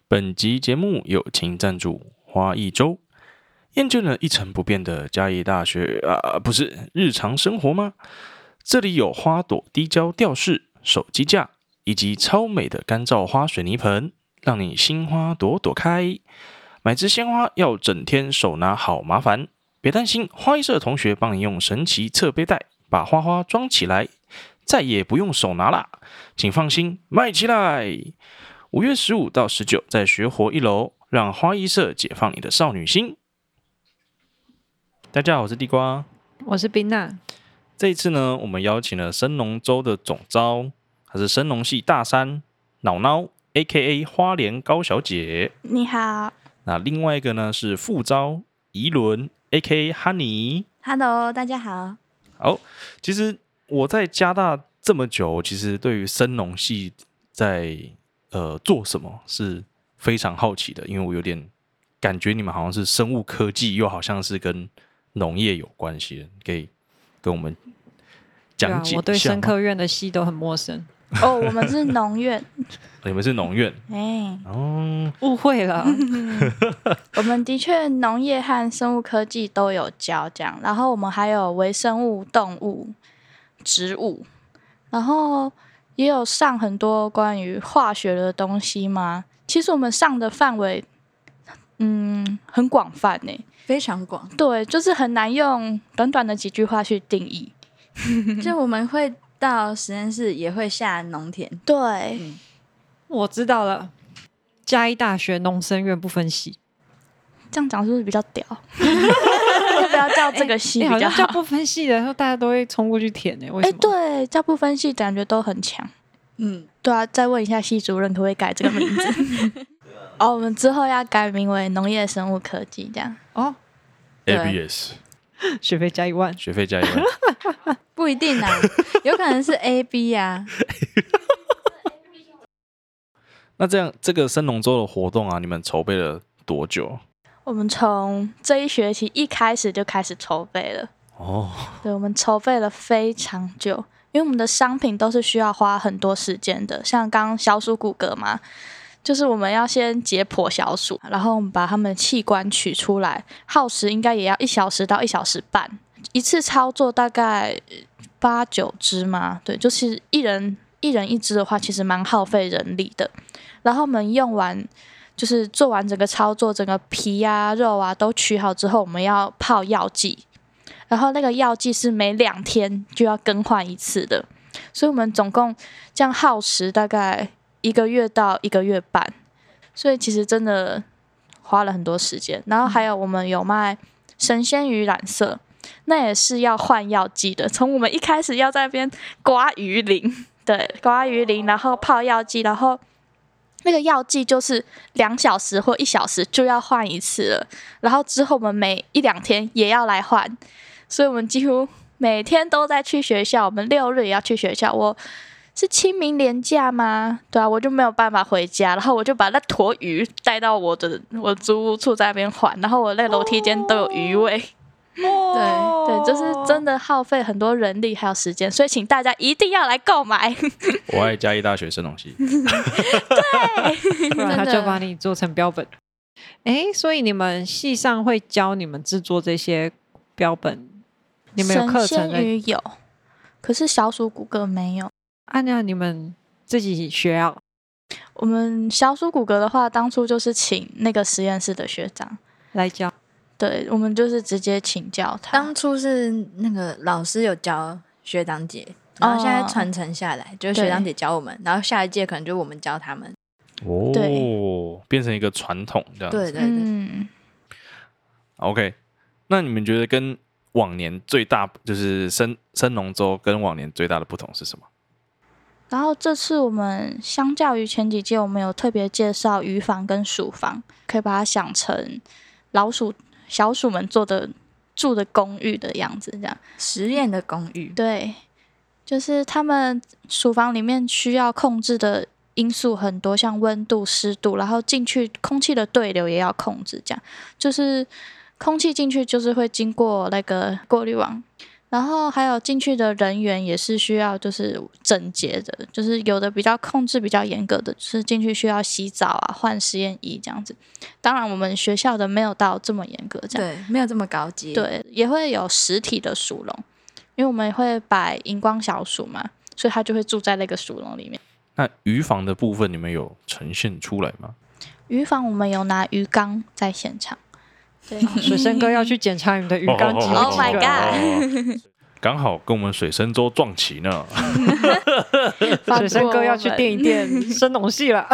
本集节目友情赞助花一周。厌倦了一成不变的嘉义大学不是日常生活吗？这里有花朵滴胶吊饰、手机架以及超美的干燥花水泥盆，让你心花朵朵开。买支鲜花要整天手拿好麻烦，别担心，花艺社同学帮你用神奇侧背带把花花装起来，再也不用手拿啦。请放心，卖起来！5月15到19在学活1楼，让花艺社解放你的少女心。大家好，我是地瓜， 我是冰娜。 这一次呢，我们邀请了生农周的总召，她是生农系大三脑脑 ，A.K.A 花莲高小姐。 你好。 那另外一个呢是副召宜伦 ，A.K.A Honey。Hello， 大家好。 好，其实我在加大这么久，其实对于生农系在做什么是非常好奇的，因为我有点感觉你们好像是生物科技，又好像是跟农业有关系的，可以跟我们讲解一下吗？ 我对生科院的系都很陌生。 哦，我们是农院。 你们是农院？ 误会了。 我们的确农业和生物科技都有教这样，然后我们还有微生物、动物、植物，然后也有上很多关于化学的东西嘛。其实我们上的范围很广泛耶， 非常广。 对，就是很难用短短的几句话去定义。 就我们会到实验室，也会下农田。 对， 我知道了，嘉义大学农生院不分系。 这样讲是不是比较屌？要不要叫这个系比较好？ 好像叫不分系的时候，大家都会冲过去填为什么？ 对，叫不分系感觉都很强。对啊，再问一下系主任可不可以改这个名字？我们之后要改名为农业生物科技这样。 ABS 学费加1万， 学费加1万， 不一定啊，有可能是 AB 啊。 那这个生农周的活动啊，你们筹备了多久？ 我们从这一学期一开始就开始筹备了。对，我们筹备了非常久，因为我们的商品都是需要花很多时间的，像刚刚小鼠骨骼嘛，就是我们要先解剖小鼠，然后我们把它们的器官取出来，耗时应该也要1小时到1小时半，一次操作大概8、9只嘛。对，就是一人一只的话，其实蛮耗费人力的。然后我们用完，就是做完整个操作，整个皮啊、肉啊都取好之后，我们要泡药剂，然后那个药剂是每2天就要更换一次的，所以我们总共这样耗时大概1个月到1个月半，所以其实真的花了很多时间。然后还有我们有卖神仙鱼染色，那也是要换药剂的，从我们一开始要在那边刮鱼鳞，对，刮鱼鳞，然后泡药剂，然后那个药剂就是2小时或1小时就要换一次了，然后之后我们每1、2天也要来换，所以我们几乎每天都在去学校，我们6日也要去学校。我是清明连假吗？对啊，我就没有办法回家，然后我就把那坨鱼带到我租屋处在那边换，然后我那楼梯间都有鱼味。对，就是真的耗费很多人力还有时间，所以请大家一定要来购买。 我爱嘉义大学生农系。 对， 不然他就把你做成标本。所以你们系上会教你们制作这些标本？你们有课程的？ 神仙鱼有，可是小鼠骨骼没有。 那你们自己学啊？ 我们小鼠骨骼的话，当初就是请那个实验室的学长来教。 对，我们就是直接请教他。 当初是那个老师有教学长姐，然后现在传承下来，就是学长姐教我们，然后下一届可能就我们教他们。 变成一个传统这样子。 对。 OK， 那你们觉得跟往年最大就是生农周跟往年最大的不同是什么？ 然后这次我们相较于前几届，我们有特别介绍鱼房跟鼠房，可以把它想成小鼠们住的公寓的样子，这样实验的公寓。 对，就是他们鼠房里面需要控制的因素很多，像温度、湿度，然后进去空气的对流也要控制，这样就是空气进去就是会经过那个过滤网， 然后还有进去的人员也是需要就是整洁的，就是有的比较控制比较严格的，就是进去需要洗澡啊、换实验衣这样子。当然我们学校的没有到这么严格，这样对，没有这么高级。 对，也会有实体的鼠笼，因为我们会摆荧光小鼠嘛，所以它就会住在那个鼠笼里面。 那鱼房的部分你们有呈现出来吗？ 鱼房我们有拿鱼缸在现场。对， 水生哥要去检查你们的鱼缸几个 Oh my god 刚好跟我们水生周撞齐呢。 水生哥要去垫一垫生农系了。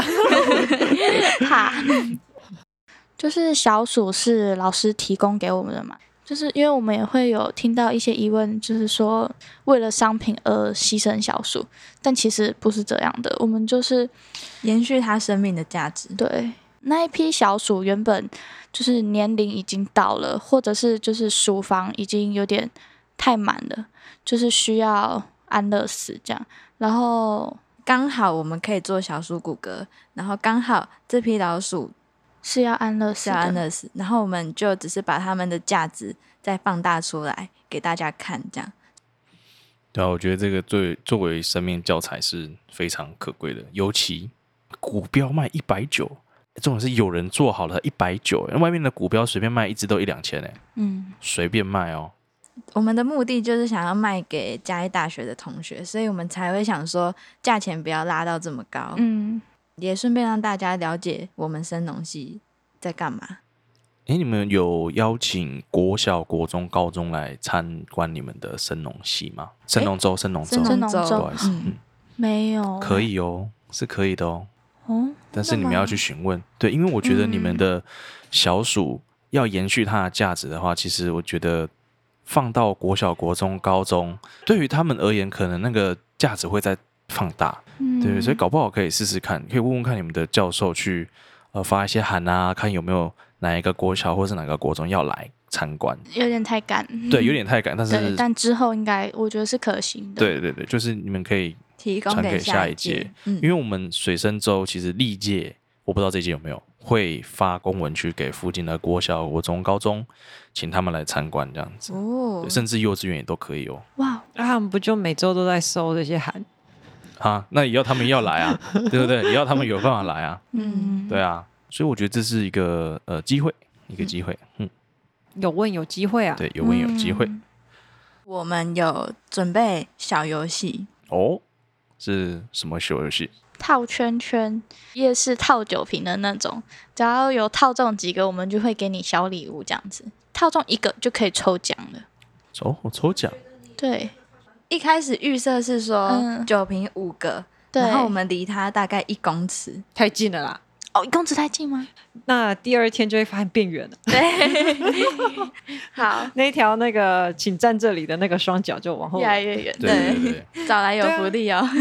就是小鼠是老师提供给我们的嘛，就是因为我们也会有听到一些疑问，就是说为了商品而牺牲小鼠，但其实不是这样的，我们就是延续它生命的价值。 对，那一批小鼠原本就是年龄已经到了，或者是就是鼠房已经有点太满了，就是需要安乐死这样，然后刚好我们可以做小鼠骨骼，然后刚好这批老鼠是要安乐死的， 然后我们就只是把它们的价值再放大出来给大家看，这样。 对啊，我觉得这个作为生命教材是非常可贵的，尤其股标卖190，这种是有人做好了190，外面的股标随便卖一只都1-2千哎，随便卖哦。 我们的目的就是想要卖给嘉义大学的同学，所以我们才会想说价钱不要拉到这么高，也顺便让大家了解我们生农系在干嘛。 你们有邀请国小、国中、高中来参观你们的生农系吗？生农周，不好意思， 没有， 可以哦，是可以的哦。但是你们要去询问，对，因为我觉得你们的小鼠要延续它的价值的话，其实我觉得放到国小、国中、高中，对于他们而言，可能那个价值会再放大，对，所以搞不好可以试试看，可以问问看你们的教授去发一些函啊，看有没有哪一个国小或是哪个国中要来参观。 有点太赶， 对，有点太赶， 但之后应该我觉得是可行的。 对对对，就是你们可以提供给下一届，因为我们水生周其实历届我不知道这届有没有会发公文去给附近的国小、国中、高中，请他们来参观这样子，甚至幼稚园也都可以哦。 哇， 那他们不就每周都在收这些函？ 那也要他们要来啊，对不对？也要他们有办法来啊，对啊，所以我觉得这是一个机会，一个机会， 有问有机会啊， 对，有问有机会。 我们有准备小游戏哦，是什么小游戏？ 套圈圈，夜市套酒瓶的那种，只要有套中几个，我们就会给你小礼物，这样子，套中1个就可以抽奖了。 抽奖？ 对， 一开始预设是说酒瓶5个，然后我们离它大概1公尺， 太近了啦。 1公尺太近吗？ 那第二天就会发现变远了。 对，好， 那一条那个请站这里的那个双脚就往后越来越远。 对， 找来有福利哦。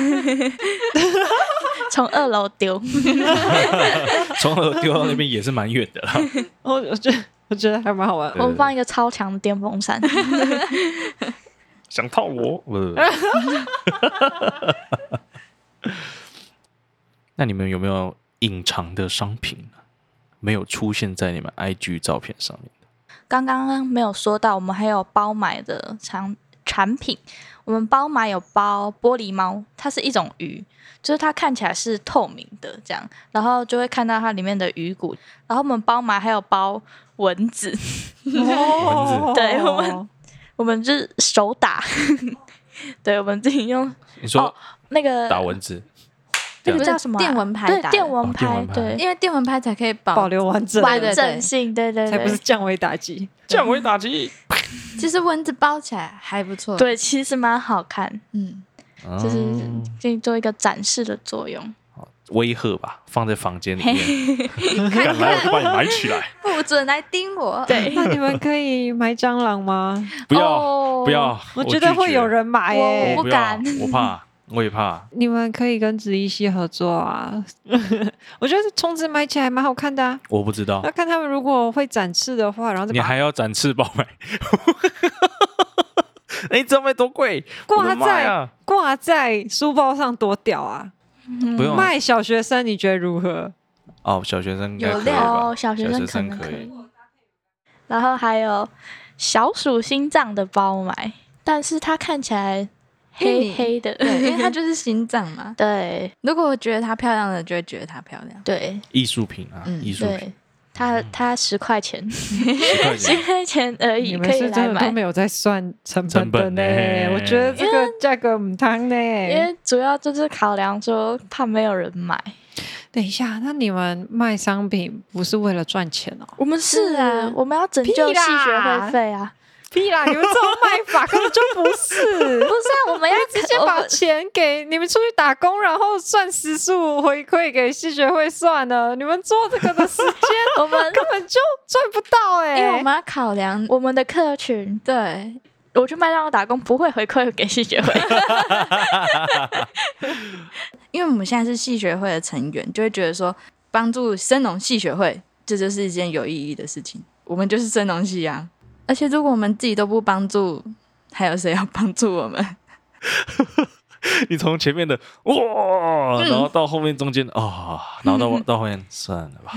从2楼丢， 从2楼丢到那边也是蛮远的啦。 我觉得还蛮好玩。 我们放一个超强的电风扇。 想套我？那你们有没有隐藏的商品没有出现在你们 IG 照片上面的？ 刚刚没有说到，我们还有包买的产品。我们包买有包玻璃猫，它是一种鱼，就是它看起来是透明的这样，然后就会看到它里面的鱼骨。然后我们包买还有包蚊子，对，我们就是手打，对，我们自己用。 你说那个打蚊子？ 那个叫什么？ 电蚊拍， 对，电蚊拍，对， 因为电蚊拍才可以保留完整性，对， 才不是降维打击。 降维打击。 其实蚊子包起来还不错， 对，其实蛮好看，就是可以做一个展示的作用。 威吓吧，放在房间里面，敢来我就把你埋起来， 不准来叮我。 对， 那你们可以埋蟑螂吗？ 不要， 我觉得会有人买耶， 我不敢， 我怕。我也怕。 你们可以跟子怡系合作啊！我觉得虫子买起来蛮好看的啊。 我不知道， 要看他们如果会展翅的话，然后再你还要展翅包买。你知道卖多贵？ 挂在书包上多屌啊！ 不用卖小学生，你觉得如何？ 小学生应该可以吧？ 小学生可能可以。 然后还有小鼠心脏的包买， 但是它看起来黑黑的， 对，因为它就是心脏嘛。 对， 如果我觉得它漂亮的，就会觉得它漂亮。 对， 艺术品啊，艺术品。 它10块钱，10块钱而已， 你们是真的都没有在算成本的呢。我觉得这个价格唔汤呢， 因为主要就是考量说怕没有人买。 等一下，那你们卖商品不是为了赚钱哦？ 我们是啊，我们要拯救系学会费啊。 屁啦！你们这种卖法根本就不是， 不是啊！我们要直接把钱给你们出去打工，然后算时数回馈给系学会算了。你们做这个的时间，我们根本就赚不到因为我们要考量我们的客群。对，我去麦当劳打工不会回馈给系学会， 因为我们现在是系学会的成员，就会觉得说帮助生农系学会，这就是一件有意义的事情。我们就是生农系啊。而且如果我们自己都不帮助，还有谁要帮助我们？ 你从前面的哇，然后到后面中间啊，然后到后面算了吧，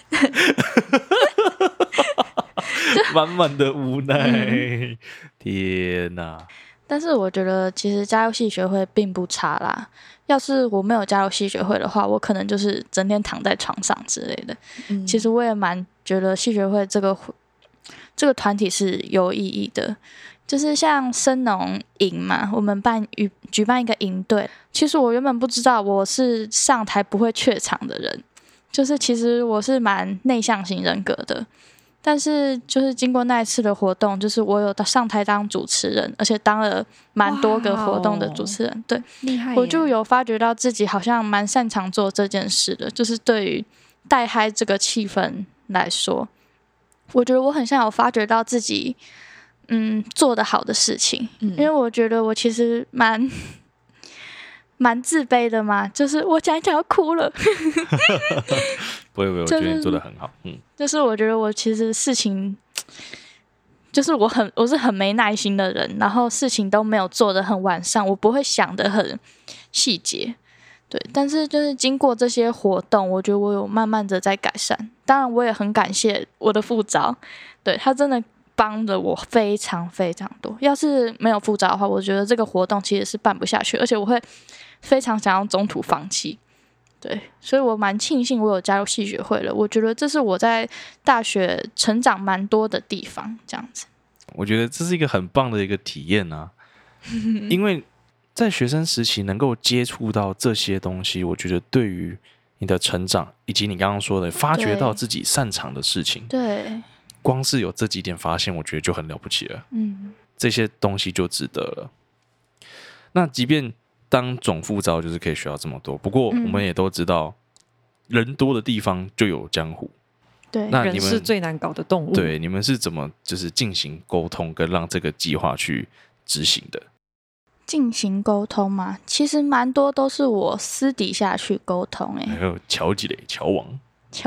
满满的无奈，天哪！ 但是我觉得其实加入系学会并不差啦。要是我没有加入系学会的话，我可能就是整天躺在床上之类的。其实我也蛮觉得系学会这个团体是有意义的，就是像生农营嘛，我们举办一个营队。其实我原本不知道我是上台不会怯场的人，就是其实我是蛮内向型人格的，但是就是经过那一次的活动，就是我有上台当主持人，而且当了蛮多个活动的主持人，对， 厉害！ 我就有发觉到自己好像蛮擅长做这件事的，就是对于带嗨这个气氛来说。我觉得我很像有发觉到自己做得好的事情，因为我觉得我其实蛮自卑的嘛，就是我讲一讲要哭了。 不会，我觉得你做得很好。 就是我觉得我其实事情，就是我是很没耐心的人，然后事情都没有做得很完善，我不会想得很细节。对，但是就是经过这些活动，我觉得我有慢慢的在改善。当然，我也很感谢我的副召，对，他真的帮了我非常非常多。要是没有副召的话，我觉得这个活动其实是办不下去，而且我会非常想要中途放弃。对，所以我蛮庆幸我有加入系学会了。我觉得这是我在大学成长蛮多的地方，这样子。 我觉得这是一个很棒的一个体验啊，因为在学生时期能够接触到这些东西，我觉得对于你的成长，以及你刚刚说的发掘到自己擅长的事情， 对， 光是有这几点发现，我觉得就很了不起了。这些东西就值得了。那即便当总副召就是可以学到这么多，不过我们也都知道，人多的地方就有江湖。 对， 那你们人是最难搞的动物。 对，你们是怎么就是进行沟通，跟让这个计划去执行的？ 进行沟通嘛，其实蛮多都是我私底下去沟通。 还有乔几嘞，乔王，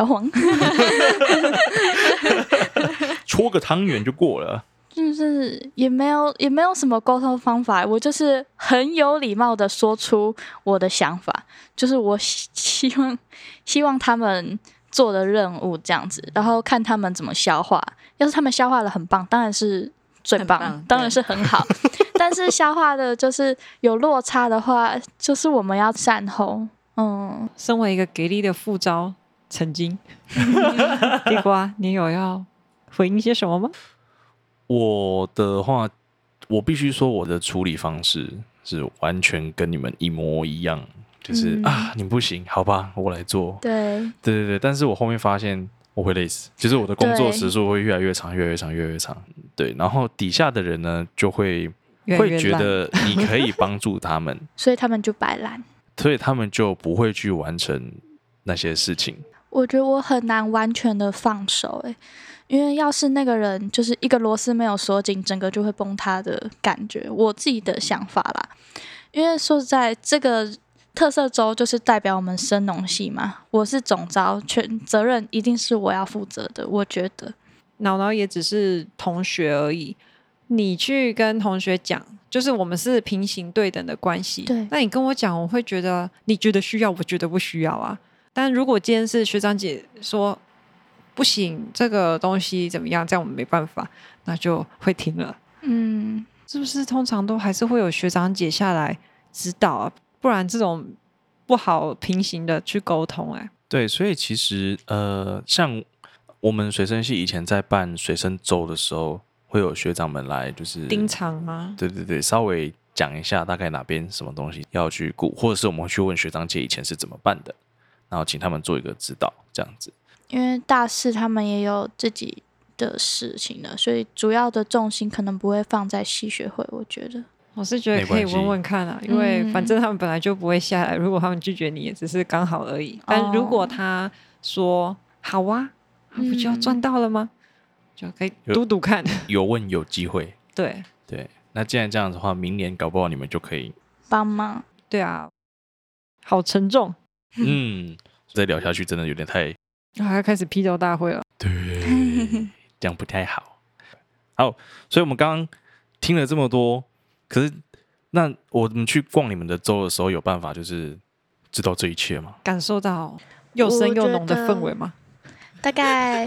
戳个汤圆就过了。 就是也没有什么沟通方法，我就是很有礼貌的说出我的想法，就是我希望他们做的任务这样子，然后看他们怎么消化。要是他们消化的很棒，当然是最棒，当然是很好。但是消化的就是有落差的话，就是我们要善后。 身为一个给力的副召，曾经地瓜，你有要回应些什么吗？ 我的话，我必须说我的处理方式是完全跟你们一模一样，就是你不行，好吧，我来做。 对， 但是我后面发现我会累死，就是我的工作时数会越来越长，越来越长，越来越长。对，然后底下的人呢就会觉得你可以帮助他们， 所以他们就摆烂， 所以他们就不会去完成那些事情。 我觉得我很难完全的放手，因为要是那个人就是一个螺丝没有锁紧，整个就会崩塌的感觉，我自己的想法啦。因为说实在，这个特色周就是代表我们生农系嘛，我是总召，全责任一定是我要负责的。我觉得脑脑也只是同学而已，你去跟同学讲，就是我们是平行对等的关系。 对， 那你跟我讲，我会觉得你觉得需要，我觉得不需要啊。但如果今天是学长姐说不行，这个东西怎么样，这样我们没办法，那就会停了。 是不是通常都还是会有学长姐下来指导啊？不然这种不好平行的去沟通对，所以其实像我们水生系以前在办水生周的时候，会有学长们来就是盯场吗？ 对对对，稍微讲一下大概哪边什么东西要去顾，或者是我们会去问学长姐以前是怎么办的，然后请他们做一个指导这样子。 因为大四他们也有自己的事情了，所以主要的重心可能不会放在系学会，我觉得。 我是觉得可以问问看啊，因为反正他们本来就不会下来，如果他们拒绝你也只是刚好而已。但如果他说好啊，不就要赚到了吗？就可以赌赌看， 有问有机会。 对对，那既然这样子的话，明年搞不好你们就可以帮忙。 对啊，好沉重。 再聊下去真的有点太， 还要开始批斗大会了。 对，这样不太好。好，所以我们刚刚听了这么多，可是那我们去逛你们的州的时候，有办法就是知道这一切吗？ 感受到又深又浓的氛围吗？ 大概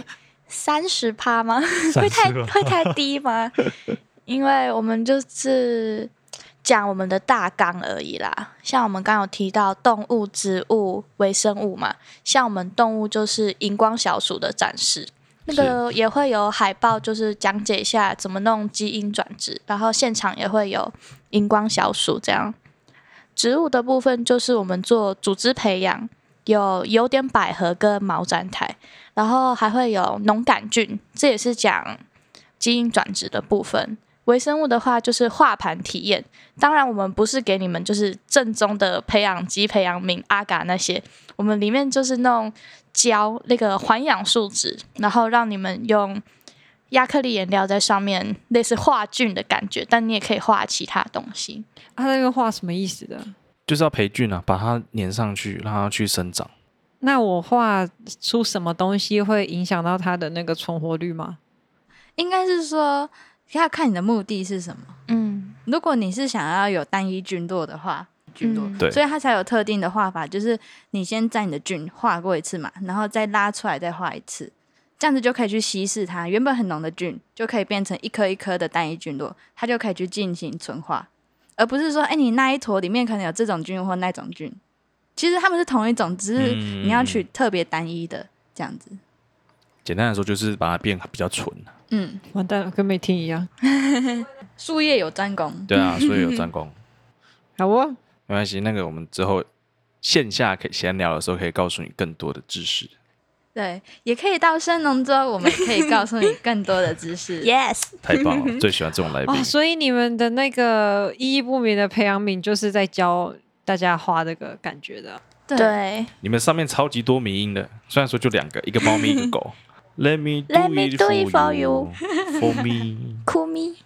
30%吗？会太低吗？因为我们就是讲我们的大纲而已啦。像我们刚刚有提到动物、植物、微生物嘛，像我们动物就是荧光小鼠的展示，那个也会有海报，就是讲解一下怎么弄基因转殖，然后现场也会有荧光小鼠这样。植物的部分就是我们做组织培养，有点百合跟毛毡苔，然后还会有农杆菌，这也是讲基因转殖的部分。微生物的话就是化盘体验，当然我们不是给你们就是正宗的培养基、培养皿、阿嘎那些，我们里面就是弄胶那个环氧树脂，然后让你们用亚克力颜料在上面类似画菌的感觉，但你也可以画其他东西。 那个画什么意思的？ 就是要培菌啊，把它粘上去，让它去生长。 那我画出什么东西会影响到它的那个存活率吗？ 应该是说要看你的目的是什么。如果你是想要有单一菌落的话， 对， 所以它才有特定的画法，就是你先在你的菌画过一次嘛，然后再拉出来再画一次，这样子就可以去稀释它原本很浓的菌，就可以变成一颗一颗的单一菌落，它就可以去进行纯化，而不是说你那一坨里面可能有这种菌或那种菌，其实它们是同一种，只是你要取特别单一的这样子。 简单来说就是把它变比较纯。 完蛋了，跟没听一样。 术业有专攻。 对啊，术业有专攻。 好啊， 没关系，那个我们之后线下可以闲聊的时候可以告诉你更多的知识。 对，也可以到生农州，我们可以告诉你更多的知识。 Yes， 太棒了，最喜欢这种来宾。 所以你们的那个意义不明的培养皿就是在教大家画这个感觉的。 对， 你们上面超级多迷因的，虽然说就2个，一个猫咪，一个狗。Let me do it for you, for me. 酷咪。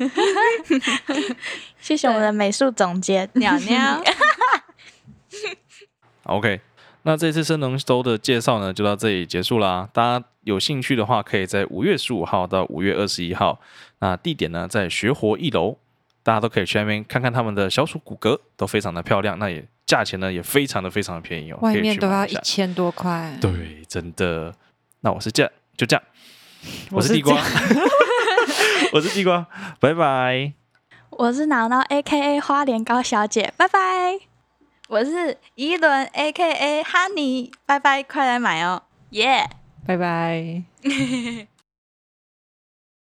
谢谢我们的美术总监鸟鸟。 OK， 那这次生农周的介绍呢，就到这里结束啦。大家有兴趣的话，可以在5月15号到5月21号，那地点呢在学活1楼，大家都可以去那边看看他们的小鼠骨骼，都非常的漂亮。那也价钱呢也非常的便宜哦， 外面都要1000多块。 对，真的。那我是就这样，我是地瓜，我是地瓜，拜拜。 我是脑脑 AKA 花莲高小姐，拜拜。 我是宜伦 AKA Honey， 拜拜，快来买哦， 耶， 拜拜。